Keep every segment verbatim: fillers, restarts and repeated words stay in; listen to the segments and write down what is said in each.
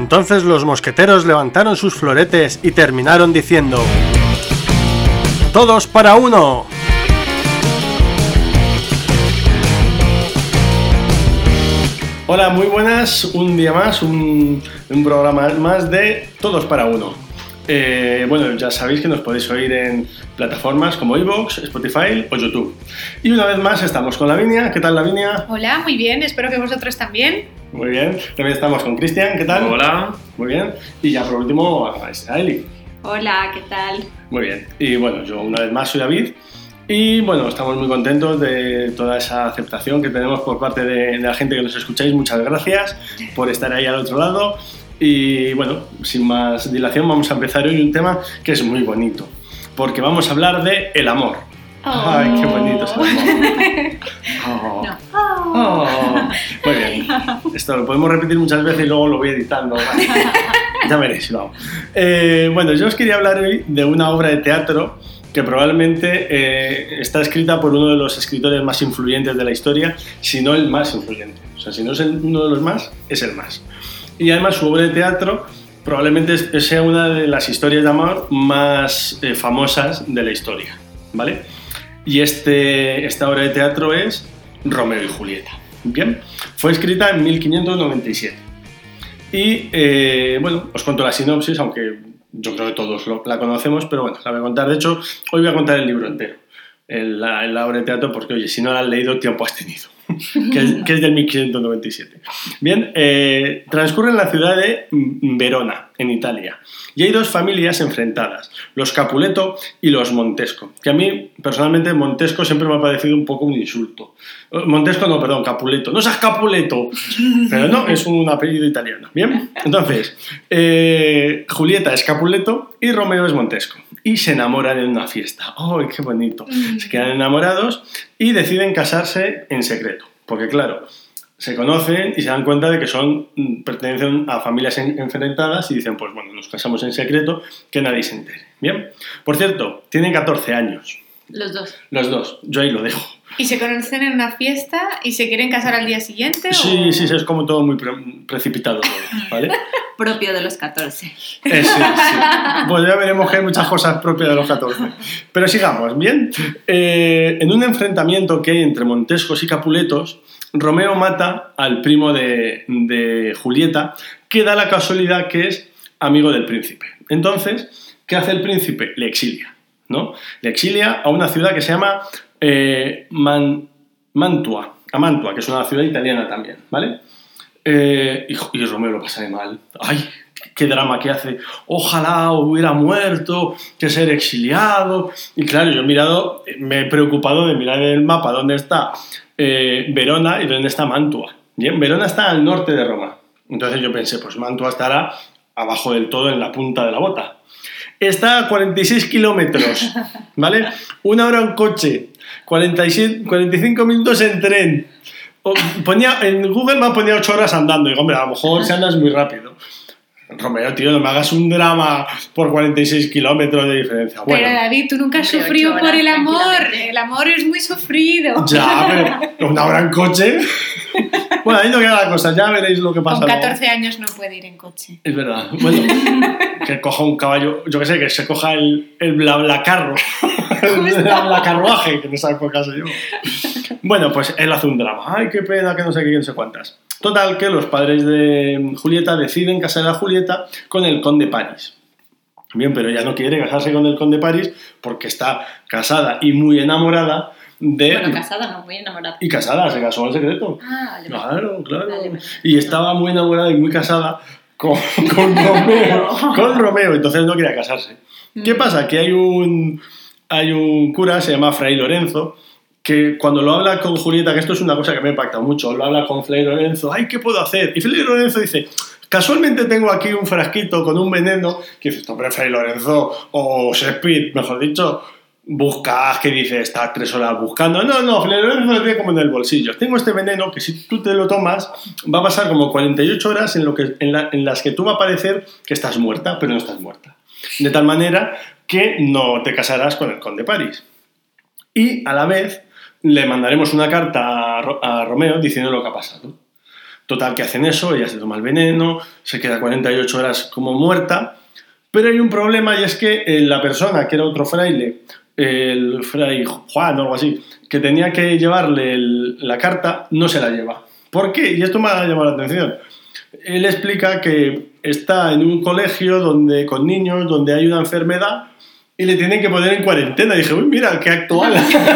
Entonces los mosqueteros levantaron sus floretes y terminaron diciendo: ¡todos para uno! Hola, muy buenas, un día más, un, un programa más de Todos para Uno. Eh, bueno, ya sabéis que nos podéis oír en plataformas como iVoox, Spotify o YouTube. Y una vez más estamos con Lavinia. ¿Qué tal, Lavinia? Hola, muy bien, espero que vosotros también. Muy bien. También estamos con Cristian. ¿Qué tal? Hola. Muy bien. Y ya por último a Eli. Hola, ¿qué tal? Muy bien. Y bueno, yo una vez más soy David. Y bueno, estamos muy contentos de toda esa aceptación que tenemos por parte de, de la gente que nos escucháis. Muchas gracias por estar ahí al otro lado. Y bueno, sin más dilación, vamos a empezar hoy un tema que es muy bonito, porque vamos a hablar de el amor. Oh. ¡Ay, qué bonito es el amor! Oh. No. Oh. Muy bien. Esto lo podemos repetir muchas veces y luego lo voy editando. Vale. Ya veréis, vamos. Eh, bueno, yo os quería hablar hoy de una obra de teatro que probablemente eh, está escrita por uno de los escritores más influyentes de la historia, si no el más influyente. O sea, si no es el, uno de los más, es el más. Y además su obra de teatro probablemente sea una de las historias de amor más eh, famosas de la historia, ¿vale? Y este, esta obra de teatro es Romeo y Julieta. Bien, fue escrita en mil quinientos noventa y siete. Y eh, bueno, os cuento la sinopsis, aunque yo creo que todos lo, la conocemos, pero bueno, la voy a contar. De hecho, hoy voy a contar el libro entero, en la, en la obra de teatro, porque oye, si no la has leído, tiempo has tenido. que, es, que es del mil quinientos noventa y siete. Bien, eh, transcurre en la ciudad de Verona, en Italia, y hay dos familias enfrentadas, los Capuleto y los Montesco, que a mí, personalmente, Montesco siempre me ha parecido un poco un insulto. Montesco no, perdón, Capuleto. No seas Capuleto, pero no, es un apellido italiano. Bien, entonces, eh, Julieta es Capuleto y Romeo es Montesco, y se enamoran en una fiesta. ¡Ay, qué bonito! Se quedan enamorados y deciden casarse en secreto, porque claro, se conocen y se dan cuenta de que son, pertenecen a familias enfrentadas y dicen, pues bueno, nos casamos en secreto, que nadie se entere. Bien, por cierto, tienen catorce años. Los dos. Los dos, yo ahí lo dejo. ¿Y se conocen en una fiesta y se quieren casar al día siguiente? Sí, o... sí, es como todo muy pre precipitado todo, ¿vale? Propio de los catorce. Eh, sí, sí. Pues ya veremos que hay muchas cosas propias de los catorce. Pero sigamos, ¿bien? Eh, en un enfrentamiento que hay entre Montescos y Capuletos, Romeo mata al primo de, de Julieta, que da la casualidad que es amigo del príncipe. Entonces, ¿qué hace el príncipe? Le exilia, ¿no? Le exilia a una ciudad que se llama eh, Man, Mantua, a Mantua, que es una ciudad italiana también, ¿vale? Eh, y, y Romeo lo pasa de mal. ¡Ay, qué drama que hace! Ojalá hubiera muerto, que ser exiliado. Y claro, yo he mirado, me he preocupado de mirar en el mapa dónde está eh, Verona y dónde está Mantua. Bien, Verona está al norte de Roma. Entonces yo pensé, pues Mantua estará abajo del todo, en la punta de la bota. Está a cuarenta y seis kilómetros, ¿vale? Una hora en coche, cuarenta y siete, cuarenta y cinco minutos en tren. Ponía, en Google me ponía ocho horas andando. Digo, hombre, a lo mejor si andas muy rápido. Romeo, tío, no me hagas un drama por cuarenta y seis kilómetros de diferencia. Bueno, pero David, tú nunca has sufrido por el amor. El amor es muy sufrido. Ya, pero una hora en coche. Bueno, ahí no queda la cosa, ya veréis lo que pasa. Con catorce luego. Años no puede ir en coche. Es verdad. Bueno, que coja un caballo, yo qué sé, que se coja el, el blablacarro. El blablacarruaje, que no sabe por qué se lleva. Bueno, pues él hace un drama. Ay, qué pena, que no sé qué, no sé cuántas. Total, que los padres de Julieta deciden casar a Julieta con el conde Paris. Bien, pero ella no quiere casarse con el conde Paris porque está casada y muy enamorada de... Bueno, casada no, muy enamorada. Y casada, se casó en secreto. Ah, vale. Claro, claro. Vale, vale. Y estaba muy enamorada y muy casada con, con Romeo. Con Romeo, entonces no quería casarse. ¿Qué pasa? Que hay un, hay un cura, se llama Fray Lorenzo, que cuando lo habla con Julieta, que esto es una cosa que me impacta mucho, lo habla con Fray Lorenzo, ¡ay, qué puedo hacer! Y Fray Lorenzo dice, casualmente tengo aquí un frasquito con un veneno, que dice, hombre, Fray Lorenzo, o Shakespeare, mejor dicho, buscas, que dice, está tres horas buscando. No, no, Fray Lorenzo lo tiene como en el bolsillo. Tengo este veneno que si tú te lo tomas, va a pasar como cuarenta y ocho horas en, lo que, en, la, en las que tú va a parecer que estás muerta, pero no estás muerta. De tal manera que no te casarás con el conde Paris. Y a la vez le mandaremos una carta a, a Romeo diciendo lo que ha pasado. Total, que hacen eso, ella se toma el veneno, se queda cuarenta y ocho horas como muerta, pero hay un problema y es que eh, la persona, que era otro fraile, el fray Juan o algo así, que tenía que llevarle el, la carta, no se la lleva. ¿Por qué? Y esto me ha llamado la atención. Él explica que está en un colegio donde, con niños donde hay una enfermedad y le tienen que poner en cuarentena. Y dije, uy, mira, qué actual.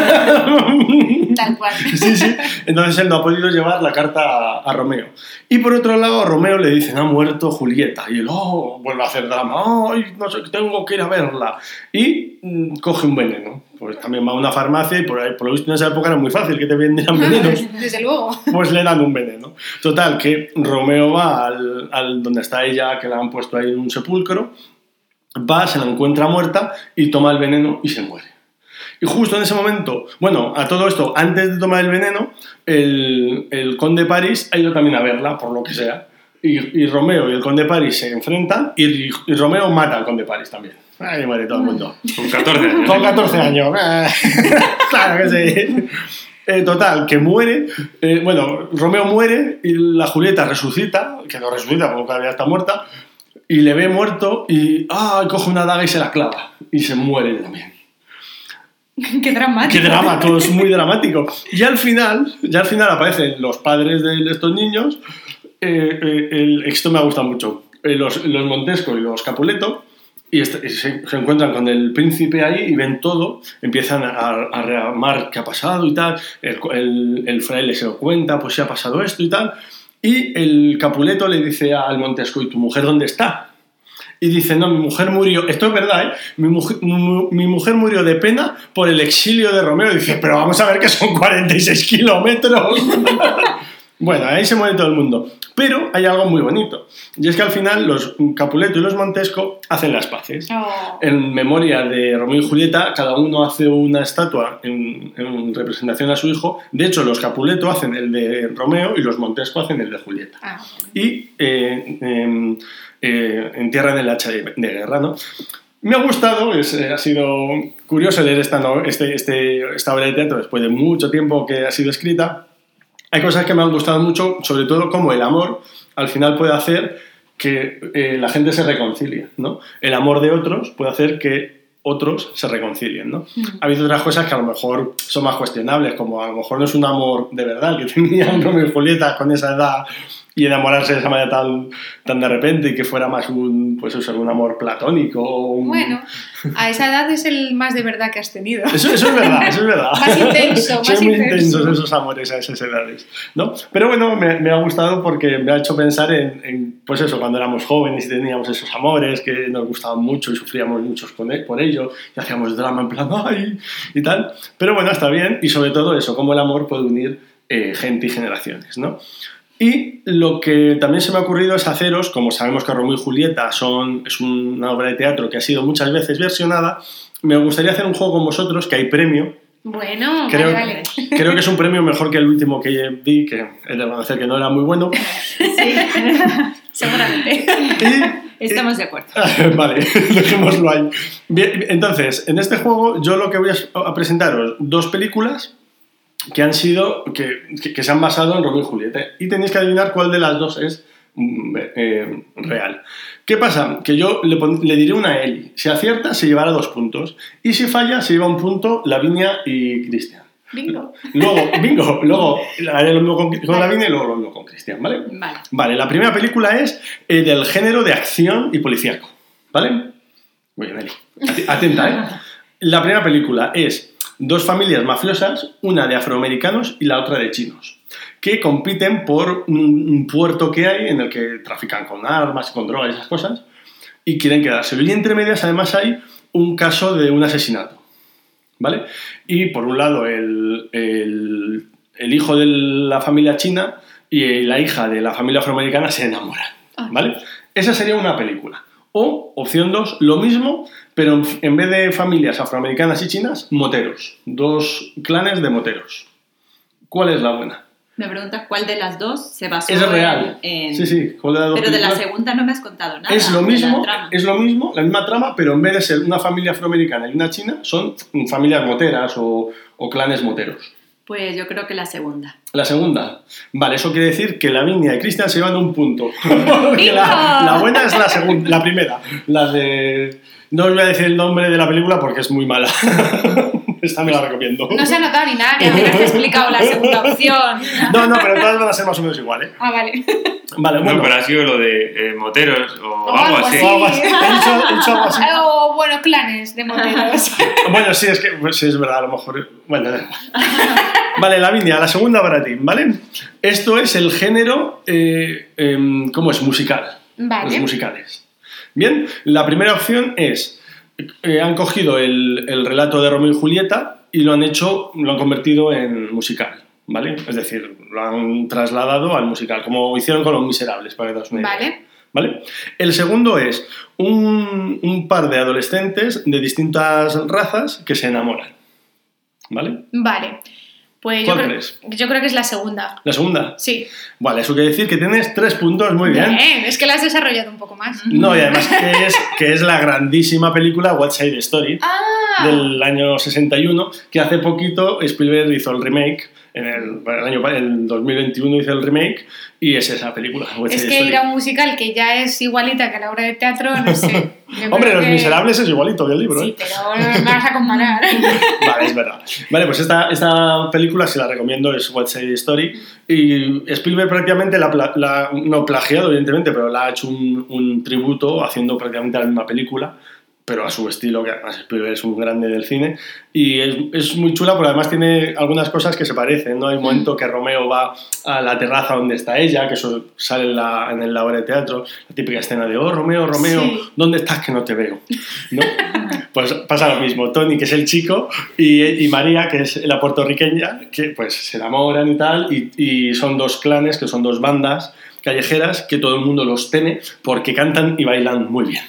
Tal cual. Sí, sí. Entonces él no ha podido llevar la carta a, a Romeo. Y por otro lado, a Romeo le dicen, ha muerto Julieta. Y él, oh, vuelve a hacer drama. Ay, no sé, tengo que ir a verla. Y mmm, coge un veneno. Pues también va a una farmacia y por, ahí, por lo visto en esa época era muy fácil que te vendieran venenos. Desde luego. Pues le dan un veneno. Total, que Romeo va al, al donde está ella, que la han puesto ahí en un sepulcro, va, se la encuentra muerta y toma el veneno y se muere. Y justo en ese momento, bueno, a todo esto, antes de tomar el veneno, el, el conde París ha ido también a verla, por lo que sea. Y, y Romeo y el conde París se enfrentan y, y Romeo mata al conde París también. Ahí muere todo el mundo. Con catorce años. Con catorce años. Claro que sí. Eh, total, que muere. Eh, bueno, Romeo muere y la Julieta resucita, que no resucita porque todavía está muerta, y le ve muerto y ah, coge una daga y se la clava. Y se muere también. Qué dramático. Qué drama, todo es muy dramático. Y al final, ya al final aparecen los padres de estos niños. Eh, eh, el, esto me ha gustado mucho. Eh, los, los Montesco y los Capuleto. Y, este, y se, se encuentran con el príncipe ahí y ven todo. Empiezan a, a reamar qué ha pasado y tal. El, el, el fraile se lo cuenta, pues si ha pasado esto y tal. Y el Capuleto le dice al Montesco, ¿y tu mujer dónde está? Y dice, no, mi mujer murió, esto es verdad, ¿eh? Mi mujer, mi, mi mujer murió de pena por el exilio de Romeo. Y dice, pero vamos a ver que son cuarenta y seis kilómetros. Bueno, ahí se muere todo el mundo. Pero hay algo muy bonito. Y es que al final los Capuleto y los Montesco hacen las paces. Oh. En memoria de Romeo y Julieta, cada uno hace una estatua en, en representación a su hijo. De hecho, los Capuleto hacen el de Romeo y los Montesco hacen el de Julieta. Ah. Y eh, eh, eh, entierran el hacha de, de guerra, ¿no? Me ha gustado, es, eh, ha sido curioso leer esta, no, este, este, esta obra de teatro después de mucho tiempo que ha sido escrita. Hay cosas que me han gustado mucho, sobre todo como el amor al final puede hacer que eh, la gente se reconcilie, ¿no? El amor de otros puede hacer que otros se reconcilien, ¿no? Mm. Ha habido otras cosas que a lo mejor son más cuestionables, como a lo mejor no es un amor de verdad que tenían Romeo y Julieta con esa edad y enamorarse de esa manera tan, tan de repente y que fuera más un, pues eso, un amor platónico. Un... Bueno, a esa edad es el más de verdad que has tenido. Eso, eso es verdad, eso es verdad. Más intenso, más Son muy intenso. intensos esos amores a esas edades, ¿no? Pero bueno, me, me ha gustado porque me ha hecho pensar en, en, pues eso, cuando éramos jóvenes y teníamos esos amores que nos gustaban mucho y sufríamos mucho por ello y hacíamos drama en plan, ¡ay! Y tal. Pero bueno, está bien y sobre todo eso, cómo el amor puede unir eh, gente y generaciones, ¿no? Y lo que también se me ha ocurrido es haceros, como sabemos que Romeo y Julieta son, es una obra de teatro que ha sido muchas veces versionada, me gustaría hacer un juego con vosotros, que hay premio. Bueno, creo, vale, vale. Creo que es un premio mejor que el último que vi, que he de reconocer que no era muy bueno. Sí, seguramente. Y, Estamos de acuerdo. Vale, dejémoslo ahí. Bien, entonces, en este juego yo lo que voy a presentaros dos películas que han sido, que, que, que se han basado en Romeo y Julieta y tenéis que adivinar cuál de las dos es eh, real. ¿Qué pasa? Que yo le, pon, le diré una a Eli. Si acierta, se llevará dos puntos y si falla, se lleva un punto Lavinia y Cristian. Bingo. Luego, bingo, luego haré lo mismo con, con Lavinia y luego lo mismo con Cristian, ¿vale? Vale. Vale, la primera película es eh, del género de acción y policíaco, ¿vale? Muy bien, Eli. Atenta, ¿eh? La primera película es dos familias mafiosas, una de afroamericanos y la otra de chinos, que compiten por un puerto que hay en el que trafican con armas, con drogas y esas cosas, y quieren quedárselo. Y entre medias, además, hay un caso de un asesinato, ¿vale? Y por un lado, el, el, el hijo de la familia china y la hija de la familia afroamericana se enamoran, ¿vale? Esa sería una película. O, opción dos, lo mismo, pero en vez de familias afroamericanas y chinas, moteros. Dos clanes de moteros. ¿Cuál es la buena? Me preguntas cuál de las dos se basó es real. En, en... Sí, sí. ¿Cuál de las dos pero de la películas? segunda no me has contado nada. Es lo mismo, de la trama. es lo mismo, la misma trama, pero en vez de ser una familia afroamericana y una china, son familias moteras o, o clanes moteros. Pues yo creo que la segunda. La segunda. Vale, eso quiere decir que Lavinia y Cristian se llevan un punto. Porque la, la buena es la segunda, la primera. La de... No os voy a decir el nombre de la película porque es muy mala. Esta me la recomiendo. No se ha notado ni nada, ni apenas te he explicado la segunda opción. No, no, pero todas van a ser más o menos iguales. ¿eh? Ah, vale. Vale, bueno. No, pero ha sido lo de eh, moteros o, O algo algo así. así. O algo así. He dicho, he dicho algo así. O, bueno, clanes de moteros. Bueno, sí, es que pues, sí, es verdad, a lo mejor. Bueno, da igual. Vale, Lavinia, la segunda para ti, ¿vale? Esto es el género. Eh, eh, ¿Cómo es? Musical. Vale. Los musicales. Bien, la primera opción es. Eh, han cogido el, el relato de Romeo y Julieta y lo han hecho, lo han convertido en musical, ¿vale? Es decir, lo han trasladado al musical, como hicieron con Los Miserables, para que te hagas una idea. Vale. ¿Vale? El segundo es un, un par de adolescentes de distintas razas que se enamoran, ¿vale? Vale. Pues yo ¿Cuál creo, crees? yo creo que es la segunda. ¿La segunda? Sí. Vale, eso quiere decir que tienes tres puntos, muy bien. Bien, es que la has desarrollado un poco más. No, y además que es, que es la grandísima película West Side Story, Ah. del año sesenta y uno, que hace poquito Spielberg hizo el remake, en el, el año el dos mil veintiuno hizo el remake, y es esa película, West Es Side que Story. ir a un musical que ya es igualita que la obra de teatro, no sé. Yo Hombre, creo Los que- Miserables es igualito que el libro, Sí, ¿eh? pero no me vas a comparar. Vale, es verdad. Vale, pues esta, esta película, si la recomiendo, es West Side Story, y Spielberg prácticamente la, pla- la no plagiado, evidentemente, pero la ha hecho un, un tributo haciendo prácticamente la misma película, pero a su estilo, que además Spielberg es un grande del cine, y es, es muy chula porque además tiene algunas cosas que se parecen, ¿no? Hay un momento que Romeo va a la terraza donde está ella, que eso sale en la, en la obra de teatro, la típica escena de, oh, Romeo, Romeo, Sí. ¿dónde estás que no te veo? ¿No? Pues pasa lo mismo, Tony, que es el chico, y, y María, que es la puertorriqueña, que pues se enamoran y tal, y, y son dos clanes, que son dos bandas callejeras, que todo el mundo los teme porque cantan y bailan muy bien.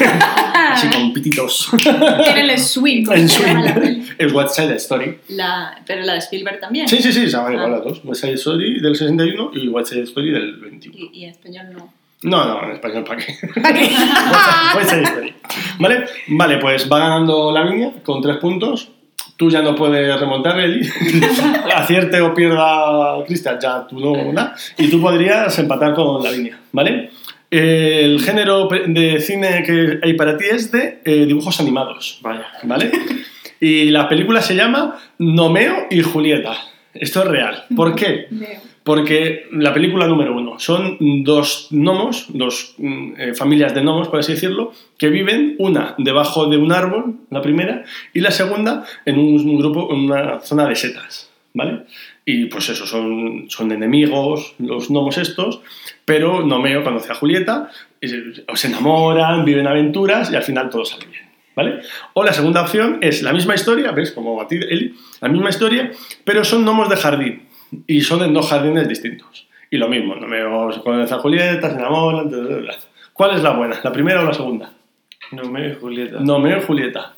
Así con pititos. Tienen el swing. En se llama la peli. su el West Side Story. La, pero la de Spielberg también. Sí, sí, sí, se llaman Ah. igual las dos. West Side Story del sesenta y uno y West Side Story del veintiuno. Y, y en español no. No, no, en español, ¿para qué? ¿Para qué? West Side Story. ¿Vale? Vale, pues va ganando Lavinia con tres puntos. Tú ya no puedes remontar, Eli. Acierte o pierda Cristian, ya tú no, nada. Y tú podrías empatar con Lavinia, ¿vale? El género de cine que hay para ti es de eh, dibujos animados. Vaya. ¿Vale? Y la película se llama Nomeo y Julieta. Esto es real. ¿Por qué? Veo. Porque la película número uno son dos gnomos, dos mm, eh, familias de gnomos, por así decirlo, que viven, una debajo de un árbol, la primera, y la segunda en un, un grupo, en una zona de setas, ¿vale? Y pues eso, son, son enemigos los gnomos estos, pero Nomeo conoce a Julieta, y se, se enamoran, viven aventuras y al final todo sale bien, ¿vale? O la segunda opción es la misma historia, ¿ves? Como a ti, Eli, la misma historia, pero son gnomos de jardín. Y son en dos jardines distintos. Y lo mismo, Nomeo se conoce a Julieta, se enamoran... Bla, bla, bla. ¿Cuál es la buena? ¿La primera o la segunda? Nomeo y Julieta. Nomeo y Julieta.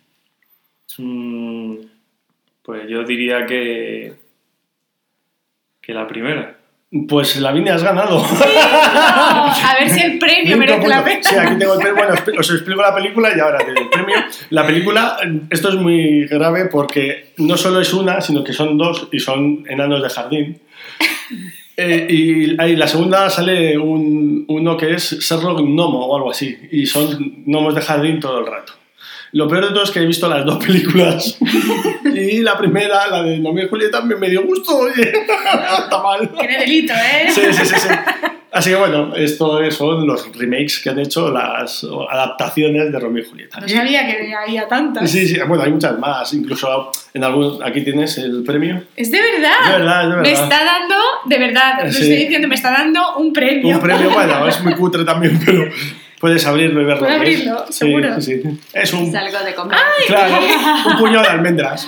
Mm, pues yo diría que. que la primera. Pues Lavinia, has ganado. No, a ver si el premio Cinco merece la puntos. pena. Sí, aquí tengo el premio. Bueno, os explico la película y ahora te doy el premio. La película, esto es muy grave porque no solo es una, sino que son dos y son enanos de jardín. Eh, y ahí la segunda sale un, uno que es Sherlock Gnomo o algo así. Y son gnomos de jardín todo el rato. Lo peor de todo es que he visto las dos películas. Y la primera, la de Nomeo y Julieta, me, me dio gusto. Oye, está mal. Tiene delito, ¿eh? Sí, sí, sí, sí. Así que bueno, esto son los remakes que han hecho, las adaptaciones de Romeo y Julieta. No sabía que había tantas. Sí, sí, bueno, hay muchas más. Incluso en algún, aquí tienes el premio. Es de verdad. Es de verdad, es de verdad. Me está dando, de verdad, lo Sí. estoy diciendo, me está dando un premio. Un premio, bueno, es muy cutre también, pero puedes abrirlo y verlo. ¿Puedo ¿ves? abrirlo? Sí, ¿Seguro? Sí, sí. Es un, Es algo de comer. claro, un puñado de almendras.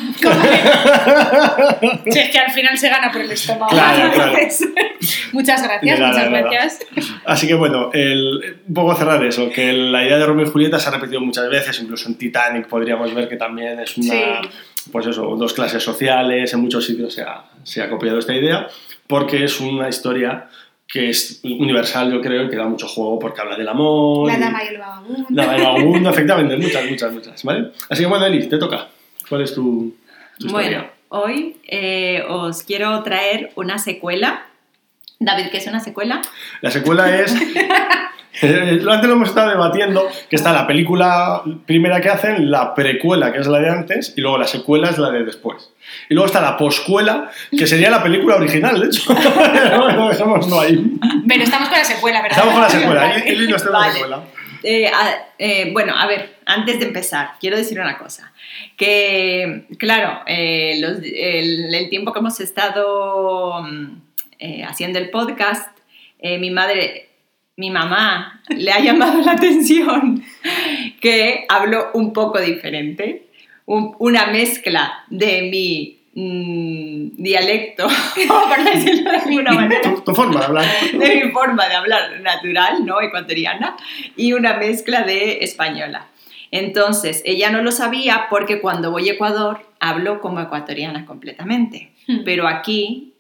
Si es que al final se gana por el estómago. Claro, claro. Entonces, muchas gracias, De nada, muchas de nada. gracias. Así que bueno, el, un poco cerrar eso, que la idea de Romeo y Julieta se ha repetido muchas veces, incluso en Titanic podríamos ver que también es una, Sí. pues eso, dos clases sociales, en muchos sitios se ha, se ha copiado esta idea, porque es una historia que es universal, yo creo, y que da mucho juego porque habla del amor. La y- dama y el vagabundo. La dama y el vagabundo, efectivamente, muchas, muchas, muchas, ¿vale? Así que bueno, Eli, te toca. ¿Cuál es tu, tu Bueno, historia? hoy eh, os quiero traer una secuela. David, ¿qué es una secuela? La secuela es... Eh, antes lo hemos estado debatiendo, que está la película primera que hacen, la precuela, que es la de antes, y luego la secuela es la de después. Y luego está la poscuela, que sería la película original, de hecho. Bueno, dejémoslo ahí. Pero estamos con la secuela, ¿verdad? Estamos con la secuela, y Eli no está en la Vale. secuela. Eh, a- eh, bueno, a ver, antes de empezar, quiero decir una cosa. Que, claro, eh, los- el, el tiempo que hemos estado mm, eh, haciendo el podcast, eh, mi madre, mi mamá, le ha llamado la atención que hablo un poco diferente, un- una mezcla de mi mm, dialecto, por decirlo de alguna manera. Tu, tu forma de hablar. De mi forma de hablar natural, ¿no? Ecuatoriana, y una mezcla de española. Entonces, ella no lo sabía porque cuando voy a Ecuador hablo como ecuatoriana completamente. Hmm. Pero aquí,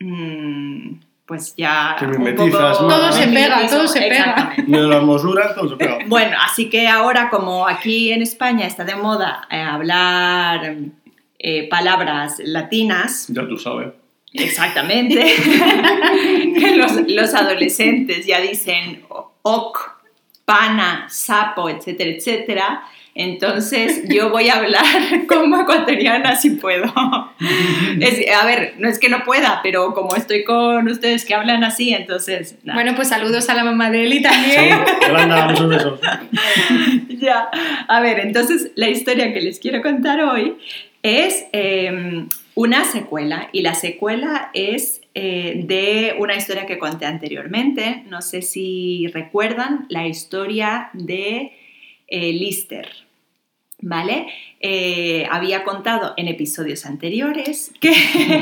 mmm, pues ya... Te un mimetizas poco- más. Todo se me pega, mimetizo, todo se pega. exactamente. Ni de la hermosura, todo se pega. Bueno, así que ahora como aquí en España está de moda eh, hablar eh, palabras latinas, Ya tú sabes. exactamente, que los, los adolescentes ya dicen ok, pana, sapo, etcétera, etcétera. Entonces yo voy a hablar como ecuatoriana si puedo. Es- a ver, no es que no pueda, pero como estoy con ustedes que hablan así, entonces... nada. Bueno, pues saludos a la mamá de Eli también. Seguro. Yolanda, muchos besos. Ya, a ver, entonces la historia que les quiero contar hoy es eh, una secuela, y la secuela es eh, de una historia que conté anteriormente. No sé si recuerdan la historia de eh, Lister, ¿vale? Eh, había contado en episodios anteriores que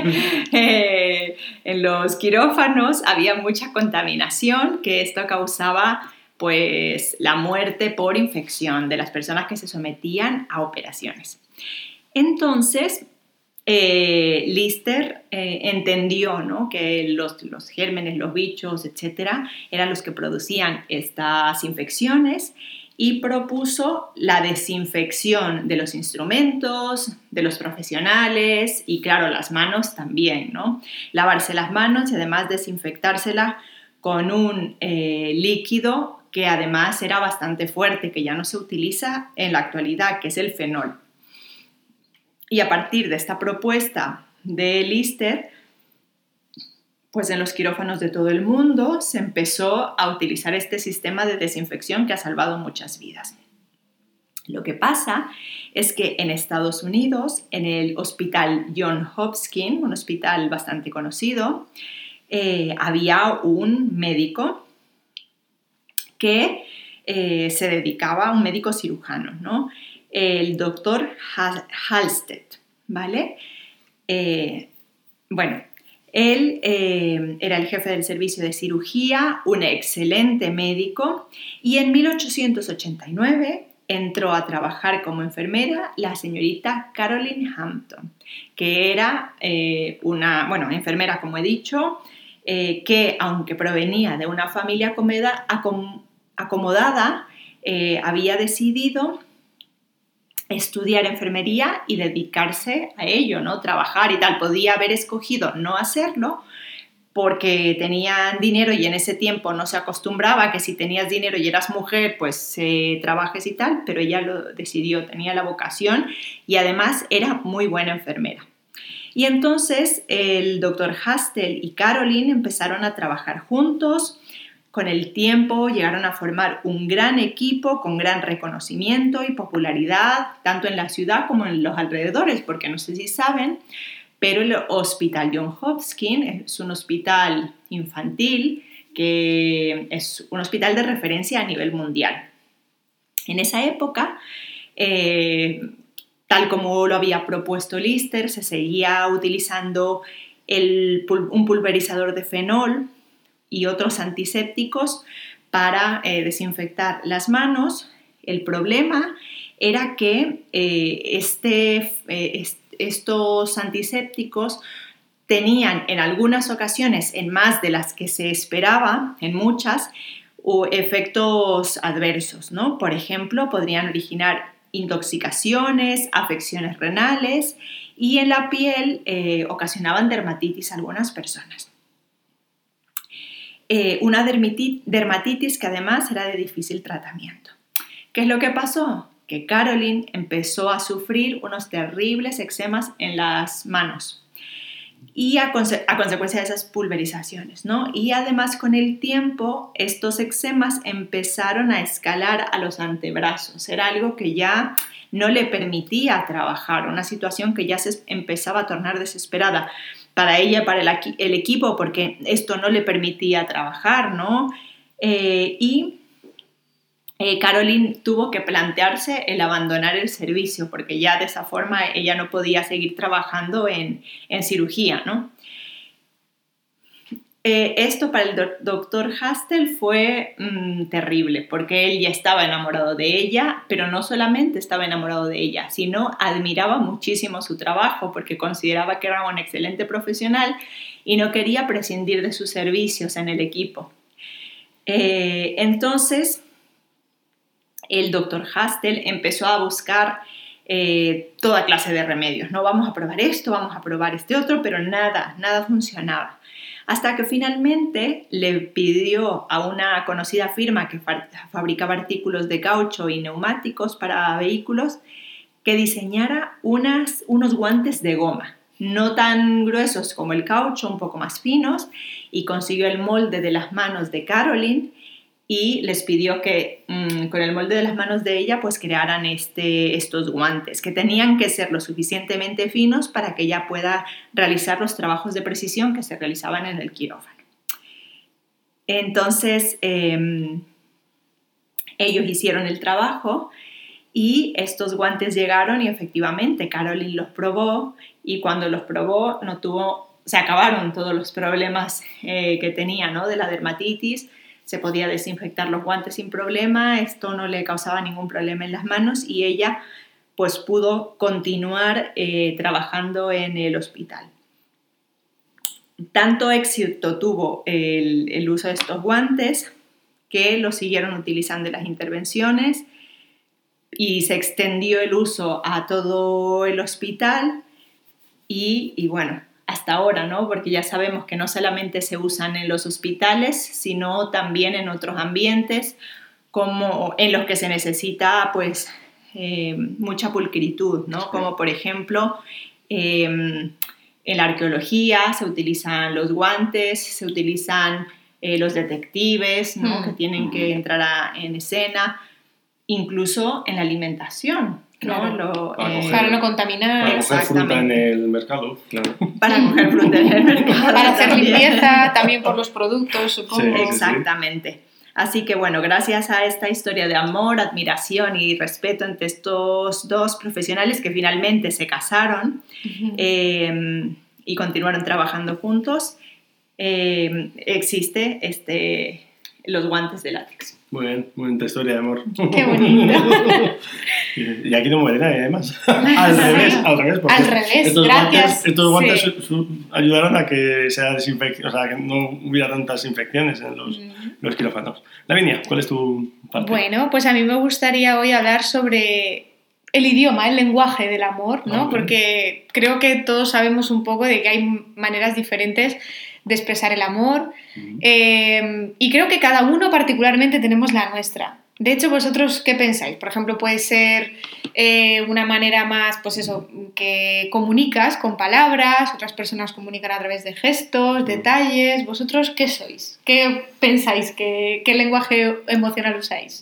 eh, en los quirófanos había mucha contaminación, que esto causaba pues la muerte por infección de las personas que se sometían a operaciones. Entonces, eh, Lister eh, entendió, ¿no?, que los, los gérmenes, los bichos, etcétera, eran los que producían estas infecciones, y propuso la desinfección de los instrumentos, de los profesionales y, claro, las manos también, ¿no? Lavarse las manos y además desinfectárselas con un eh, líquido que además era bastante fuerte, que ya no se utiliza en la actualidad, que es el fenol. Y a partir de esta propuesta de Lister, pues en los quirófanos de todo el mundo se empezó a utilizar este sistema de desinfección que ha salvado muchas vidas. Lo que pasa es que en Estados Unidos, en el hospital Johns Hopkins, un hospital bastante conocido, eh, había un médico que eh, se dedicaba, un médico cirujano, ¿no? El doctor Halsted, ¿vale? Eh, bueno, él eh, era el jefe del servicio de cirugía, un excelente médico, y en mil ochocientos ochenta y nueve entró a trabajar como enfermera la señorita Caroline Hampton, que era eh, una, bueno, enfermera, como he dicho, eh, que aunque provenía de una familia acomodada, acom- acomodada eh, había decidido estudiar enfermería y dedicarse a ello, ¿no? Trabajar y tal. Podía haber escogido no hacerlo porque tenían dinero, y en ese tiempo no se acostumbraba que si tenías dinero y eras mujer, pues eh, trabajes y tal, pero ella lo decidió, tenía la vocación y además era muy buena enfermera. Y entonces el doctor Hastel y Caroline empezaron a trabajar juntos. Con el tiempo llegaron a formar un gran equipo con gran reconocimiento y popularidad, tanto en la ciudad como en los alrededores, porque no sé si saben, pero el Hospital Johns Hopkins es un hospital infantil que es un hospital de referencia a nivel mundial. En esa época, eh, tal como lo había propuesto Lister, se seguía utilizando el, un pulverizador de fenol y otros antisépticos para eh, desinfectar las manos. El problema era que eh, este, eh, est- estos antisépticos tenían en algunas ocasiones, en más de las que se esperaba, en muchas, o efectos adversos, ¿no? Por ejemplo, podrían originar intoxicaciones, afecciones renales y en la piel eh, ocasionaban dermatitis a algunas personas. Eh, una dermatitis, dermatitis que además era de difícil tratamiento. ¿Qué es lo que pasó? Que Caroline empezó a sufrir unos terribles eczemas en las manos y a, conse- a consecuencia de esas pulverizaciones, ¿no? Y además con el tiempo estos eczemas empezaron a escalar a los antebrazos. Era algo que ya no le permitía trabajar, una situación que ya se empezaba a tornar desesperada para ella, para el, el equipo, porque esto no le permitía trabajar, ¿no? Eh, y Eh, Caroline tuvo que plantearse el abandonar el servicio porque ya de esa forma ella no podía seguir trabajando en, en cirugía, ¿no? Eh, esto para el do- doctor Hastel fue mmm, terrible porque él ya estaba enamorado de ella, pero no solamente estaba enamorado de ella, sino admiraba muchísimo su trabajo porque consideraba que era un excelente profesional y no quería prescindir de sus servicios en el equipo. Eh, entonces... el doctor Hastel empezó a buscar eh, toda clase de remedios, ¿no? Vamos a probar esto, vamos a probar este otro, pero nada, nada funcionaba. Hasta que finalmente le pidió a una conocida firma que fa- fabricaba artículos de caucho y neumáticos para vehículos que diseñara unas, unos guantes de goma, no tan gruesos como el caucho, un poco más finos, y consiguió el molde de las manos de Caroline y les pidió que mmm, con el molde de las manos de ella pues crearan este, estos guantes que tenían que ser lo suficientemente finos para que ella pueda realizar los trabajos de precisión que se realizaban en el quirófano. Entonces eh, ellos hicieron el trabajo y estos guantes llegaron y efectivamente Caroline los probó y cuando los probó no tuvo, se acabaron todos los problemas eh, que tenía, ¿no? De la dermatitis. Se podía desinfectar los guantes sin problema, esto no le causaba ningún problema en las manos y ella pues pudo continuar eh, trabajando en el hospital. Tanto éxito tuvo el, el uso de estos guantes que los siguieron utilizando en las intervenciones y se extendió el uso a todo el hospital y, y bueno, hasta ahora, ¿no? Porque ya sabemos que no solamente se usan en los hospitales, sino también en otros ambientes, como en los que se necesita, pues, eh, mucha pulcritud, ¿no? Sí. Como, por ejemplo, eh, en la arqueología se utilizan los guantes, se utilizan eh, los detectives, ¿no? Mm. Que tienen mm. que entrar a, en escena, incluso en la alimentación. Claro, ¿no? Lo, para, eh, coger, para no contaminar. Para coger fruta en el mercado, claro. Para coger fruta en el mercado. Para hacer también. Limpieza, también por los productos, supongo. Sí, exactamente. Así que bueno, gracias a esta historia de amor, admiración y respeto entre estos dos profesionales que finalmente se casaron uh-huh. eh, y continuaron trabajando juntos, eh, existe este, los guantes de látex. Muy bien, muy bonita historia de amor. Qué bonito. Y aquí no muere nadie, además. al revés, al revés. Al revés, estos gracias. Guantes, estos guantes sí. su, su, ayudaron a que, sea desinfec- o sea, que no hubiera tantas infecciones en los, mm. los quirófanos. Lavinia, ¿cuál es tu parte? Bueno, pues a mí me gustaría hoy hablar sobre el idioma, el lenguaje del amor, ¿no? Okay. Porque creo que todos sabemos un poco de que hay maneras diferentes de expresar el amor uh-huh. eh, y creo que cada uno particularmente tenemos la nuestra. De hecho, ¿vosotros qué pensáis? Por ejemplo, puede ser eh, una manera más, pues eso, que comunicas con palabras, otras personas comunican a través de gestos, uh-huh. detalles. ¿Vosotros qué sois? ¿Qué pensáis? ¿Qué, qué lenguaje emocional usáis?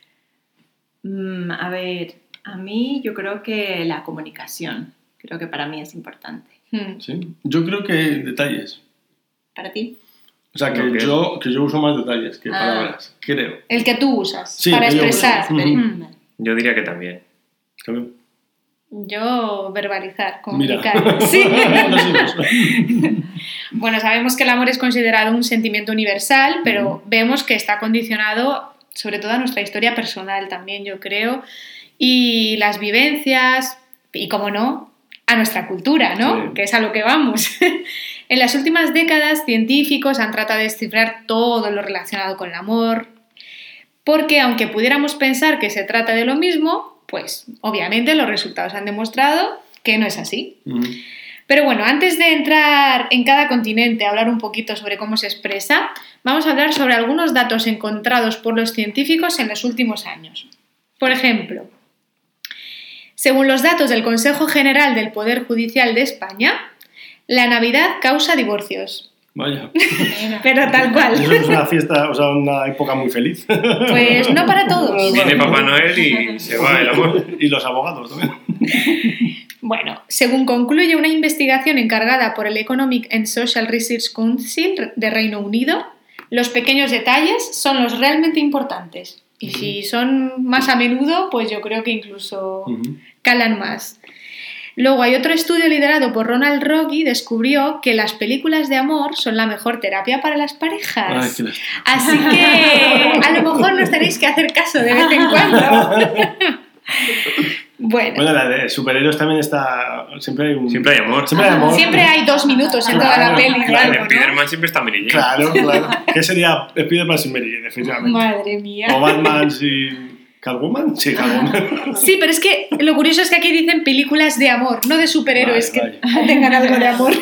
Mm, a ver, a mí yo creo que la comunicación, creo que para mí es importante. Hmm. Sí, yo creo que detalles. ¿Para ti? O sea, que, okay. yo, que yo uso más detalles que ah. palabras, creo. El que tú usas sí, para expresar. Yo, mm. yo diría que también. ¿También? Yo verbalizar, comunicar. Mira. Sí. Bueno, sabemos que el amor es considerado un sentimiento universal, pero mm. vemos que está condicionado sobre todo a nuestra historia personal también, yo creo, y las vivencias, y como no, a nuestra cultura, ¿no? Sí. Que es a lo que vamos. En las últimas décadas, científicos han tratado de descifrar todo lo relacionado con el amor, porque aunque pudiéramos pensar que se trata de lo mismo, pues obviamente los resultados han demostrado que no es así. Mm. Pero bueno, antes de entrar en cada continente a hablar un poquito sobre cómo se expresa, vamos a hablar sobre algunos datos encontrados por los científicos en los últimos años. Por ejemplo, según los datos del Consejo General del Poder Judicial de España, la Navidad causa divorcios. Vaya. Pero tal cual. Eso es una fiesta, o sea, una época muy feliz. Pues no para todos. Viene Papá Noel y se va el amor. Y los abogados también. Bueno, según concluye una investigación encargada por el Economic and Social Research Council de Reino Unido, los pequeños detalles son los realmente importantes. Y uh-huh. si son más a menudo, pues yo creo que incluso uh-huh. calan más. Luego hay otro estudio liderado por Ronald Rogge, descubrió que las películas de amor son la mejor terapia para las parejas. Ay, así que a lo mejor nos tenéis que hacer caso de vez en cuando. Bueno. Bueno, la de superhéroes también está... Siempre hay un... Siempre hay amor. Siempre hay amor. Siempre hay dos minutos en claro, toda la peli. Claro, ¿no? en Spider-Man siempre está Mary Jane. Claro, claro. ¿Qué sería Spider-Man sin Mary Jane, definitivamente? Madre mía. O Batman sin... ¿Catwoman? Sí, Catwoman. Sí, pero es que lo curioso es que aquí dicen películas de amor, no de superhéroes vale, que vale. tengan algo de amor.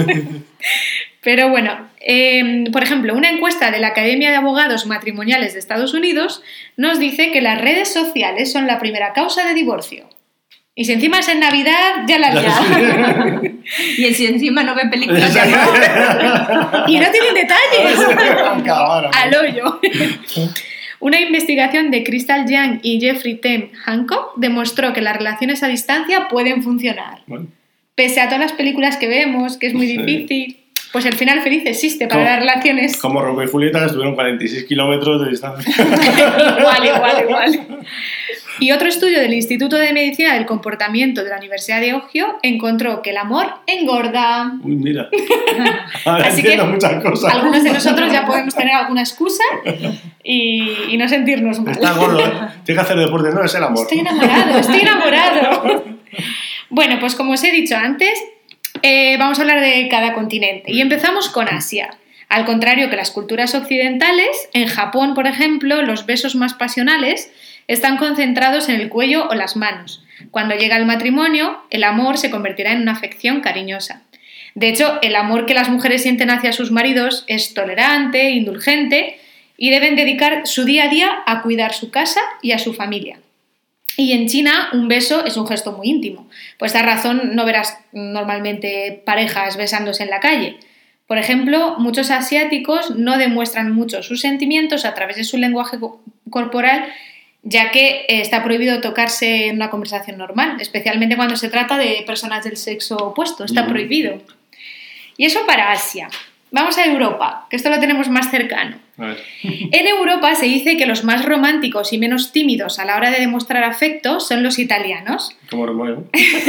Pero bueno, eh, por ejemplo, una encuesta de la Academia de Abogados Matrimoniales de Estados Unidos nos dice que las redes sociales son la primera causa de divorcio. Y si encima es en Navidad, ya la liado. Y si encima no ve películas de amor. Y no tienen detalles. Al hoyo. Una investigación de Crystal Young y Jeffrey Tem Hancock demostró que las relaciones a distancia pueden funcionar. Bueno. Pese a todas las películas que vemos, que es muy difícil, pues el final feliz existe para como, las relaciones. Como Romeo y Julieta, que estuvieron cuarenta y seis kilómetros de distancia. Igual, igual, igual. Y otro estudio del Instituto de Medicina del Comportamiento de la Universidad de Ohio encontró que el amor engorda. Uy, mira. Ahora Así que muchas cosas. Algunos de nosotros ya podemos tener alguna excusa y, y no sentirnos mal. Está gordo, ¿eh? Tiene que hacer deporte, no es el amor. Estoy enamorado, estoy enamorado. Bueno, pues como os he dicho antes, eh, vamos a hablar de cada continente. Y empezamos con Asia. Al contrario que las culturas occidentales, en Japón, por ejemplo, los besos más pasionales están concentrados en el cuello o las manos. Cuando llega el matrimonio, el amor se convertirá en una afección cariñosa. De hecho, el amor que las mujeres sienten hacia sus maridos es tolerante, indulgente y deben dedicar su día a día a cuidar su casa y a su familia. Y en China, un beso es un gesto muy íntimo. Por esta razón, no verás normalmente parejas besándose en la calle. Por ejemplo, muchos asiáticos no demuestran mucho sus sentimientos a través de su lenguaje corporal, ya que está prohibido tocarse en una conversación normal, especialmente cuando se trata de personas del sexo opuesto, está prohibido. Y eso para Asia. Vamos a Europa, que esto lo tenemos más cercano. A ver. En Europa se dice que los más románticos y menos tímidos a la hora de demostrar afecto son los italianos. Como Romeo.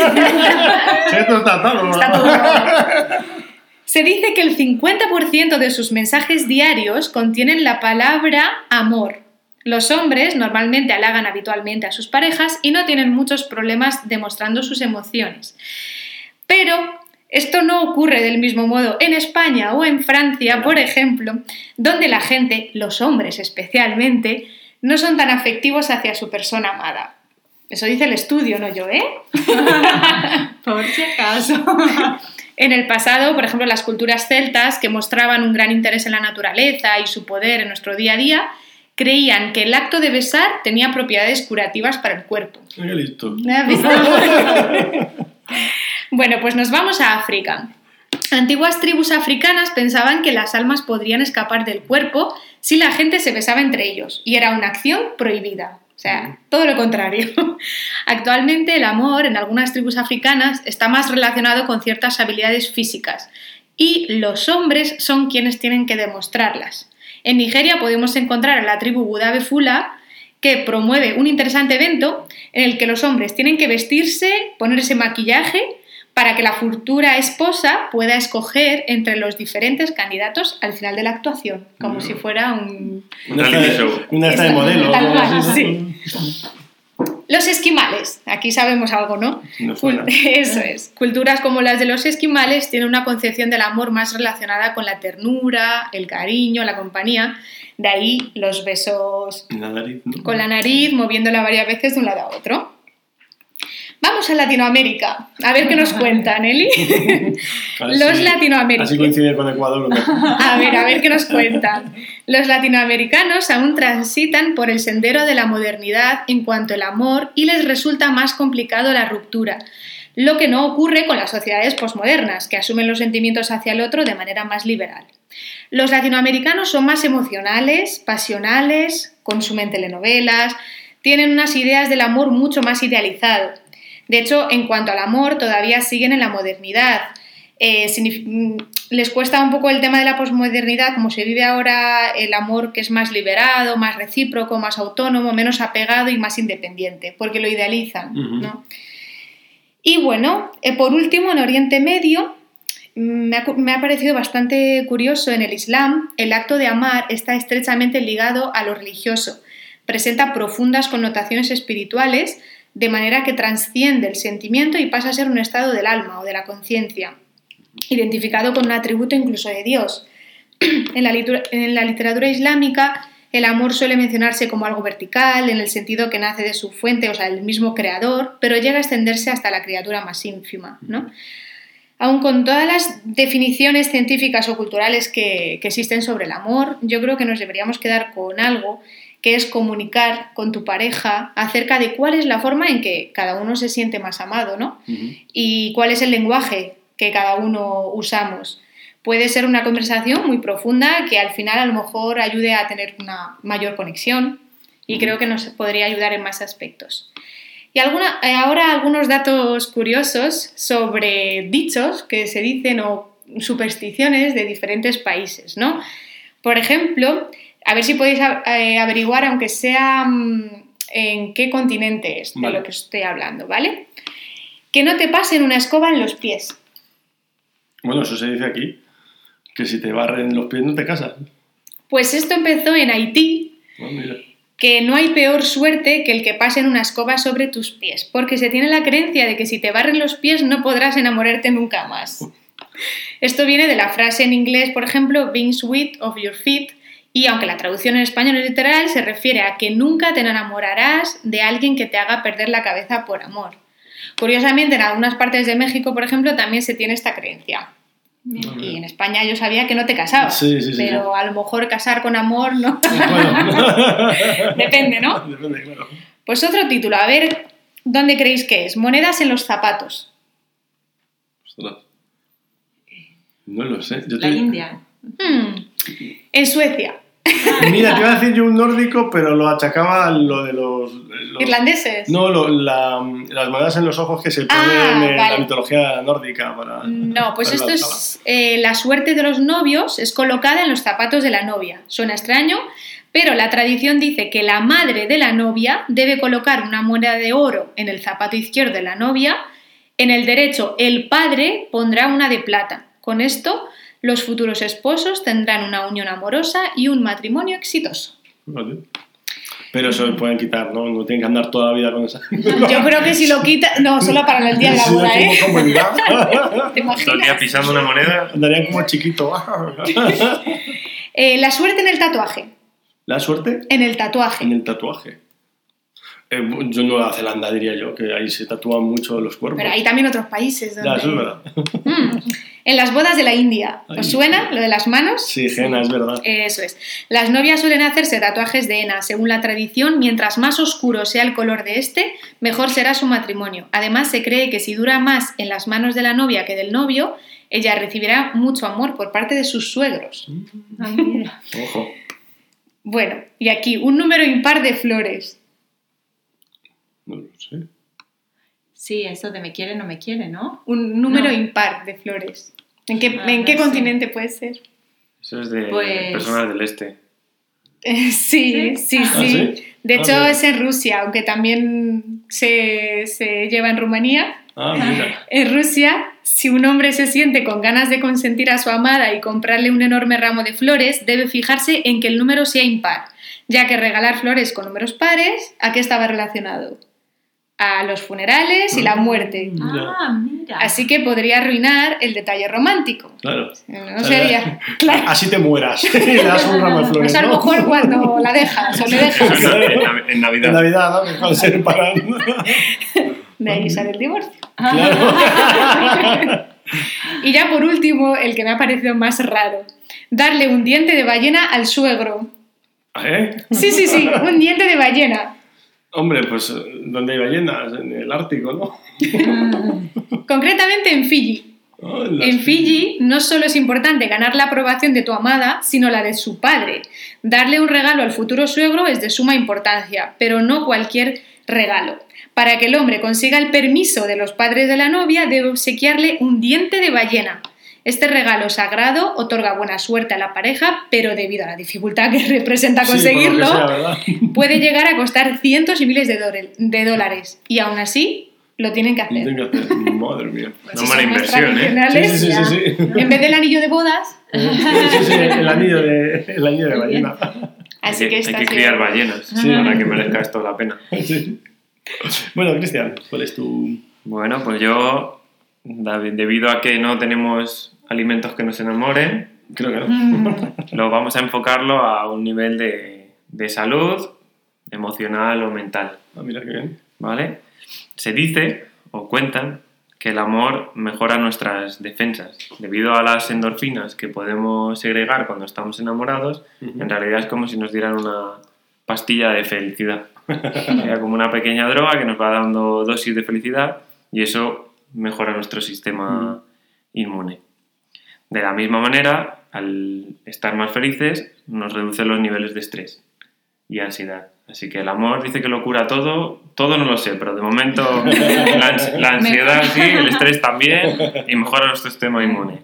Esto está todo, está todo. Se dice que el cincuenta por ciento de sus mensajes diarios contienen la palabra amor. Los hombres normalmente halagan habitualmente a sus parejas y no tienen muchos problemas demostrando sus emociones. Pero esto no ocurre del mismo modo en España o en Francia, por ejemplo, donde la gente, los hombres especialmente, no son tan afectivos hacia su persona amada. Eso dice el estudio, no yo, ¿eh? Por si acaso. En el pasado, por ejemplo, las culturas celtas, que mostraban un gran interés en la naturaleza y su poder en nuestro día a día, creían que el acto de besar tenía propiedades curativas para el cuerpo. ¡Qué listo! ¿Has visto? Bueno, pues nos vamos a África. Antiguas tribus africanas pensaban que las almas podrían escapar del cuerpo si la gente se besaba entre ellos, y era una acción prohibida. O sea, todo lo contrario. Actualmente el amor en algunas tribus africanas está más relacionado con ciertas habilidades físicas, y los hombres son quienes tienen que demostrarlas. En Nigeria podemos encontrar a la tribu Budabe Fula, que promueve un interesante evento en el que los hombres tienen que vestirse, ponerse maquillaje, para que la futura esposa pueda escoger entre los diferentes candidatos al final de la actuación, como no. si fuera un... Una esta de modelo. Tal cual, sí. Los esquimales, aquí sabemos algo, ¿no? No suena. Eso es. Culturas como las de los esquimales tienen una concepción del amor más relacionada con la ternura, el cariño, la compañía. De ahí los besos la nariz, ¿no? con la nariz, moviéndola varias veces de un lado a otro. Vamos a Latinoamérica, a ver qué nos cuentan, Eli. Los sí, latinoamericanos. Así coincide con Ecuador. ¿No? A ver, a ver qué nos cuentan. Los latinoamericanos aún transitan por el sendero de la modernidad en cuanto al amor y les resulta más complicado la ruptura, lo que no ocurre con las sociedades posmodernas, que asumen los sentimientos hacia el otro de manera más liberal. Los latinoamericanos son más emocionales, pasionales, consumen telenovelas, tienen unas ideas del amor mucho más idealizado. De hecho, en cuanto al amor, todavía siguen en la modernidad. Eh, les cuesta un poco el tema de la posmodernidad, como se vive ahora el amor que es más liberado, más recíproco, más autónomo, menos apegado y más independiente, porque lo idealizan, uh-huh. ¿no? Y bueno, eh, por último, en Oriente Medio, me ha, me ha parecido bastante curioso, en el Islam, el acto de amar está estrechamente ligado a lo religioso, presenta profundas connotaciones espirituales, de manera que trasciende el sentimiento y pasa a ser un estado del alma o de la conciencia, identificado con un atributo incluso de Dios. En la, en la literatura islámica, el amor suele mencionarse como algo vertical, en el sentido que nace de su fuente, o sea, del mismo creador, pero llega a extenderse hasta la criatura más ínfima, ¿no? Aun con todas las definiciones científicas o culturales que, que existen sobre el amor, yo creo que nos deberíamos quedar con algo que es comunicar con tu pareja acerca de cuál es la forma en que cada uno se siente más amado, ¿no? Uh-huh. Y cuál es el lenguaje que cada uno usamos. Puede ser una conversación muy profunda que al final a lo mejor ayude a tener una mayor conexión y uh-huh. creo que nos podría ayudar en más aspectos. Y alguna, ahora algunos datos curiosos sobre dichos que se dicen o supersticiones de diferentes países, ¿no? Por ejemplo, a ver si podéis averiguar, aunque sea en qué continente es de vale. lo que estoy hablando, ¿vale? Que no te pasen una escoba en los pies. Bueno, eso se dice aquí, que si te barren los pies no te casas. Pues esto empezó en Haití, oh, mira. Que no hay peor suerte que el que pasen una escoba sobre tus pies, porque se tiene la creencia de que si te barren los pies no podrás enamorarte nunca más. Esto viene de la frase en inglés, por ejemplo, being sweet of your feet, y aunque la traducción en español es literal, se refiere a que nunca te enamorarás de alguien que te haga perder la cabeza por amor. Curiosamente, en algunas partes de México, por ejemplo, también se tiene esta creencia. Bien. Y en España yo sabía que no te casabas, sí, sí, sí, pero sí. a lo mejor casar con amor no. Bueno. Depende, ¿no? Depende, claro. Pues otro título, a ver, ¿dónde creéis que es? Monedas en los zapatos. Ostras. No lo sé. Yo la te... India. Hmm. En Suecia. Mira, te iba a decir yo un nórdico, pero lo achacaba a lo de los... los... ¿Irlandeses? No, lo, la, las monedas en los ojos que se ponen ah, en vale. la mitología nórdica. Para, no, pues para esto es... Eh, la suerte de los novios es colocada en los zapatos de la novia. Suena extraño, pero la tradición dice que la madre de la novia debe colocar una moneda de oro en el zapato izquierdo de la novia, en el derecho el padre pondrá una de plata. Con esto... los futuros esposos tendrán una unión amorosa y un matrimonio exitoso. Vale. Pero eso lo pueden quitar, ¿no? No tienen que andar toda la vida con esa. Yo creo que si lo quita... No, solo para el día de la boda, ¿eh? ¿Te imaginas? Todo el día pisando una moneda. Andarían como chiquito. eh, la suerte en el tatuaje. ¿La suerte? En el tatuaje. En el tatuaje. Eh, yo en Nueva Zelanda diría yo, que ahí se tatúan mucho los cuerpos. Pero hay también otros países donde... Ya, eso es verdad. Mm. En las bodas de la India. ¿Os Ay. suena lo de las manos? Sí, henna, es verdad. Eso es. Las novias suelen hacerse tatuajes de henna. Según la tradición, mientras más oscuro sea el color de este, mejor será su matrimonio. Además, se cree que si dura más en las manos de la novia que del novio, ella recibirá mucho amor por parte de sus suegros. Ay, mira. Ojo. Bueno, y aquí, un número impar de flores. No lo sé. Sí, eso de me quiere, no me quiere, ¿no? Un número No. impar de flores. ¿En qué, Ah, ¿en qué no sé. continente puede ser? Eso es de Pues- personas del este. Eh, sí, sí, sí. ¿Ah, sí? De Ah, hecho, mira. es en Rusia, aunque también se, se lleva en Rumanía. Ah, mira. En Rusia, si un hombre se siente con ganas de consentir a su amada y comprarle un enorme ramo de flores, debe fijarse en que el número sea impar, ya que regalar flores con números pares, ¿a qué estaba relacionado? A los funerales y la muerte. Mira. Ah, mira. Así que podría arruinar el detalle romántico. Claro. No sería... Claro. Así te mueras y le das un ramo de flores, Pues a lo ¿no? mejor cuando la dejas o le Eso dejas. en, en- en Navidad. En Navidad, ¿no? Cuando se separan. De ahí sale el divorcio. Claro. Y ya por último, el que me ha parecido más raro. Darle un diente de ballena al suegro. ¿Eh? Sí, sí, sí, un diente de ballena. Hombre, pues ¿dónde hay ballenas? En el Ártico, ¿no? Concretamente en Fiji. Oh, en las En Fiji no solo es importante ganar la aprobación de tu amada, sino la de su padre. Darle un regalo al futuro suegro es de suma importancia, pero no cualquier regalo. Para que el hombre consiga el permiso de los padres de la novia, debe obsequiarle un diente de ballena. Este regalo sagrado otorga buena suerte a la pareja, pero debido a la dificultad que representa Sí, por lo conseguirlo, que sea, ¿verdad? puede llegar a costar cientos y miles de, dólares, de dólares. Y aún así, lo tienen que hacer. Tengo que hacer. Madre mía. No Si mala somos inversión, ¿eh? tradicionales, Sí, sí, sí, sí, sí. en vez del anillo de bodas. Sí, sí, el anillo de, el anillo de ballena. Así hay que, que, esta hay que ha criar sido- ballenas Sí. para que merezca esto la pena. Sí. Bueno, Cristian, ¿cuál es tu...? Bueno, pues yo, da- debido a que no tenemos alimentos que nos enamoren, Creo que no. Mm, lo vamos a enfocarlo a un nivel de, de salud emocional o mental, Ah, mira qué bien. ¿vale? Se dice, o cuentan, que el amor mejora nuestras defensas. Debido a las endorfinas que podemos segregar cuando estamos enamorados, Ujú. en realidad es como si nos dieran una pastilla de felicidad. Era como una pequeña droga que nos va dando dosis de felicidad y eso mejora nuestro sistema inmune. De la misma manera, al estar más felices, nos reduce los niveles de estrés y ansiedad. Así que el amor dice que lo cura todo, todo no lo sé, pero de momento la, ans- la ansiedad sí, el estrés también y mejora nuestro sistema inmune.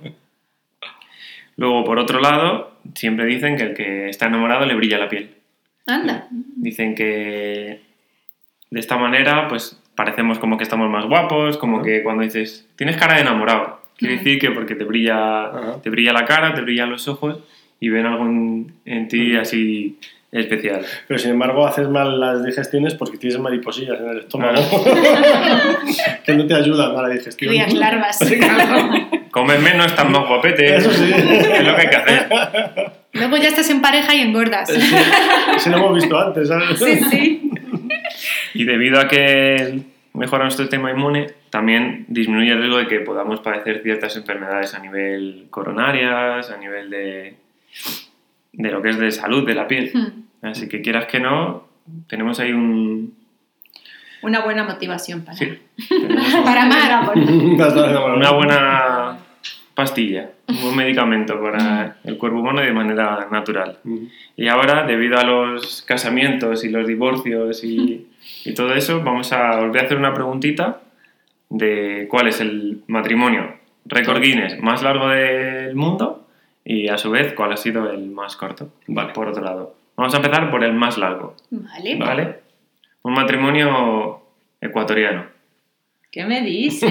Luego, por otro lado, siempre dicen que el que está enamorado le brilla la piel. Anda. Dicen que de esta manera, pues parecemos como que estamos más guapos, como Ajá. que cuando dices, tienes cara de enamorado, quiere Ujú. decir que porque te brilla, Ajá. te brilla la cara, te brillan los ojos y ven algo en, en ti así especial. Pero sin embargo haces mal las digestiones porque tienes mariposillas en el estómago. Que no te ayudan a la digestión. Crías larvas. Comes menos, estás más guapete. Eso sí. Es lo que hay que hacer. Luego ya estás en pareja y engordas. Sí, sí lo hemos visto antes, ¿sabes? Sí, sí. Y debido a que mejora nuestro sistema inmune, también disminuye el riesgo de que podamos padecer ciertas enfermedades a nivel coronarias, a nivel de, de lo que es de salud de la piel. Hmm. Así que quieras que no, tenemos ahí un... Una buena motivación para... Sí, tenemos un- Para amar. Estás enamorado. una buena pastilla, un buen medicamento para el cuerpo humano de manera natural. Ujú. Y ahora, debido a los casamientos y los divorcios y, y todo eso, vamos a volver a hacer una preguntita de cuál es el matrimonio récord Guinness más largo del mundo y a su vez cuál ha sido el más corto. Vale. Por otro lado, vamos a empezar por el más largo, Vale. ¿vale? Un matrimonio ecuatoriano. ¿Qué me dices?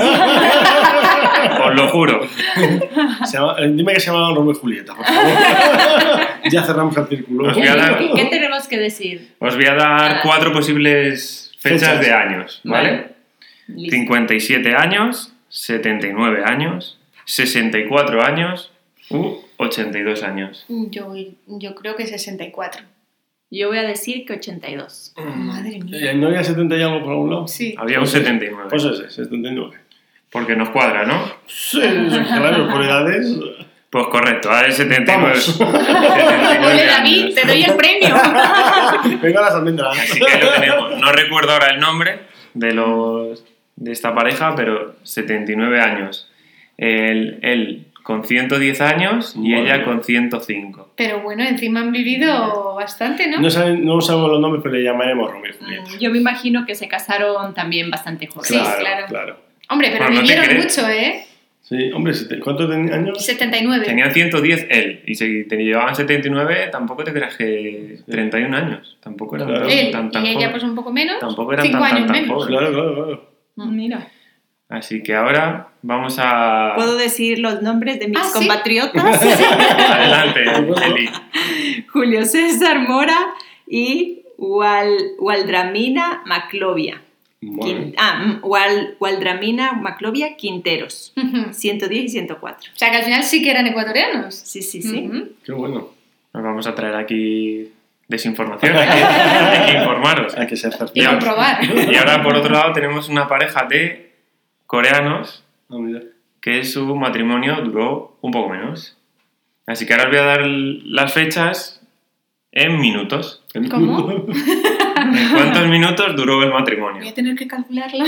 Os lo juro. Se llama- eh, dime que se llamaban Romeo y Julieta, por favor. Ya cerramos el círculo. Os voy a dar- ¿Qué tenemos que decir? Os voy a dar cuatro posibles fechas, Fechas. de años, ¿vale? Vale. Listo. cincuenta y siete años, setenta y nueve años, sesenta y cuatro años u ochenta y dos años. Yo, yo creo que sesenta y cuatro. Yo voy a decir que ochenta y dos. Madre mía. Eh, ¿No había setenta y algo por algún lado? Sí. Había un setenta y nueve. Pues ese, setenta y nueve. Porque nos cuadra, ¿no? Sí, sí, claro, por edades. Pues correcto, a setenta y nueve. Vamos. setenta y nueve Ole, David, años. te doy el premio. Venga las almendras. Así que lo tenemos. No recuerdo ahora el nombre de los de esta pareja, pero setenta y nueve años. Él, él con ciento diez años y Madre ella mía. con ciento cinco. Pero bueno, encima han vivido bastante, ¿no? No, saben- no sabemos los nombres, pero le llamaremos Romeo y Julieta. Mm, Yo me imagino que se casaron también bastante jóvenes. Sí, Claro, claro. claro. Hombre, pero Bueno, no te vivieron crees. mucho, ¿eh? Sí, hombre, si te- ¿cuántos ten- años? setenta y nueve. Tenían ciento diez él y si te llevaban setenta y nueve, tampoco te creas que treinta y un años. Tampoco eran Claro. tan, Él tan, tan y ella jóvenes. pues un poco menos. Tampoco eran cinco tan, tan, años tan menos. jóvenes. Claro, claro, claro. Mira. Así que ahora vamos a... ¿Puedo decir los nombres de mis Ah, ¿sí? compatriotas? Adelante, Eli. Julio César Mora y Wal- Waldramina Maclovia. Bueno. Quin- ah, mm, Wal- Waldramina Maclovia Quinteros. Ujú. ciento diez y ciento cuatro. O sea que al final sí que eran ecuatorianos. Sí, sí, sí. Ujú. Qué bueno. Nos vamos a traer aquí desinformación, hay que, hay que informaros. Hay que ser Y certero. Y ahora- comprobar. Y ahora, por otro lado, tenemos una pareja de coreanos Ah, mira. que su matrimonio duró un poco menos. Así que ahora os voy a dar las fechas en minutos. ¿Cómo? ¿En cuántos minutos duró el Voy matrimonio? a tener que calcularlo.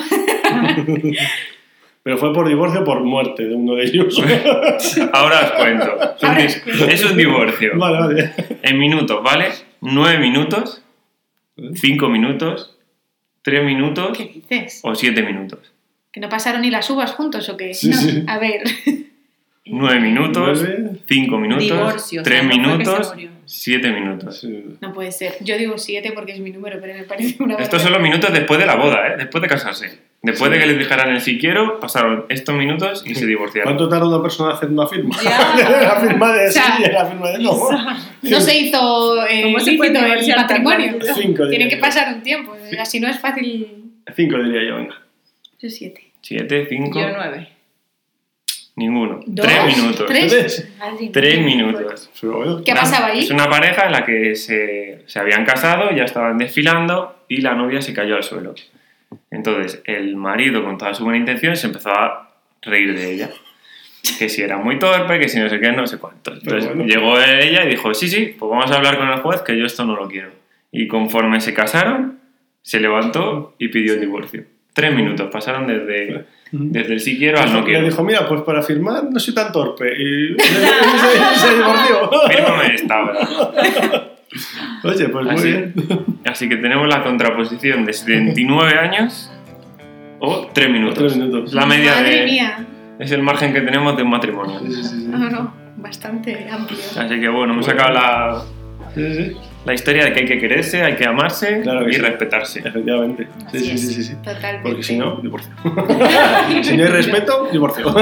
Pero fue por divorcio o por muerte de uno de ellos. Ahora os cuento. Es un Ahora di- os cuento. Es un divorcio. Vale, vale. En minutos, ¿vale? nueve minutos, cinco minutos, tres minutos ¿Qué dices? o siete minutos. ¿Que no pasaron ni las uvas juntos o qué? Sí, No. sí. A ver. nueve minutos, Nueve. cinco minutos, Divorcio, o sea, tres no fue que se minutos, murió. siete minutos. Sí. No puede ser. Yo digo siete porque es mi número, pero me parece una Estos son los minutos después de la boda, ¿eh? Después de casarse. Después de que les dijeran el sí quiero, pasaron estos minutos y se divorciaron. ¿Cuánto tarda una persona hacer una firma? Ya. la firma de O sea, sí y la firma de no. No se hizo eh, ¿Cómo se puede lícito el divorciar tan matrimonio. rápido? Cinco, Tiene diría que yo. pasar un tiempo. Así no es fácil. Cinco diría yo, venga. Yo siete. Siete, cinco, Yo nueve. ninguno. ¿Dos? Tres minutos. ¿Tres? ¿Tres? Madre mía. Tres minutos. Pero bueno. ¿Qué ha pasado ahí? Es una pareja en la que se, se habían casado, ya estaban desfilando y la novia se cayó al suelo. Entonces el marido, con toda su buena intención, se empezó a reír de ella. Que si era muy torpe, que si no sé qué, no sé cuánto. Entonces Pero bueno. llegó ella y dijo, sí, sí, pues vamos a hablar con el juez que yo esto no lo quiero. Y conforme se casaron, se levantó y pidió el divorcio. Tres minutos, pasaron desde, desde el sí quiero al no Le quiero. dijo, mira, pues para firmar no soy tan torpe. Y se, se- se divorció. Fírmame esta ahora. Oye, pues muy Así, bien. así que tenemos la contraposición de setenta y nueve años o tres minutos. Tres minutos. Es la media Madre de... mía. Es el margen que tenemos de un matrimonio. Sí, sí, sí. No, no. Bastante amplio. Así que bueno, hemos sacado la, Sí, sí, la historia de que hay que quererse, hay que amarse Claro que y sí. respetarse. efectivamente. Sí, Así sí, es. sí, sí, sí. Totalmente. Porque si no, divorcio. Si no hay respeto, divorcio.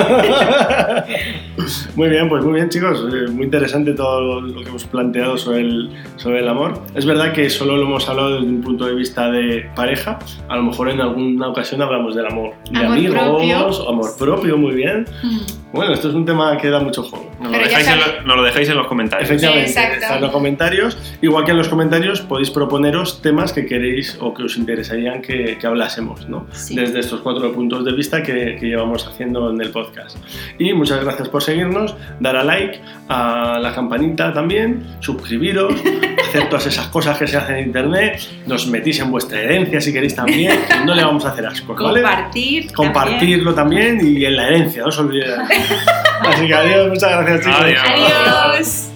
Muy bien, pues muy bien, chicos. Eh, Muy interesante todo lo que hemos planteado sobre el, sobre el amor. Es verdad que solo lo hemos hablado desde un punto de vista de pareja. A lo mejor en alguna ocasión hablamos del amor de Amor amigos, propio. amor propio, muy bien. Mm. Bueno, esto es un tema que da mucho juego. Nos lo, Pero ya dejáis en sabe- lo, nos lo dejáis en los comentarios. Efectivamente, Exacto. está en los comentarios. Igual que en los comentarios podéis proponeros temas que queréis o que os interesarían que, que hablásemos, ¿no? Sí. Desde estos cuatro puntos de vista que, que llevamos haciendo en el podcast. Y muchas gracias por seguirnos, dar a like, a la campanita también, suscribiros, hacer todas esas cosas que se hacen en internet, nos metís en vuestra herencia si queréis también, que no le vamos a hacer asco, ¿vale? Compartir. Compartirlo también y en la herencia, no os olvidéis. Así que adiós, muchas gracias chicos. Adiós. También. Adiós.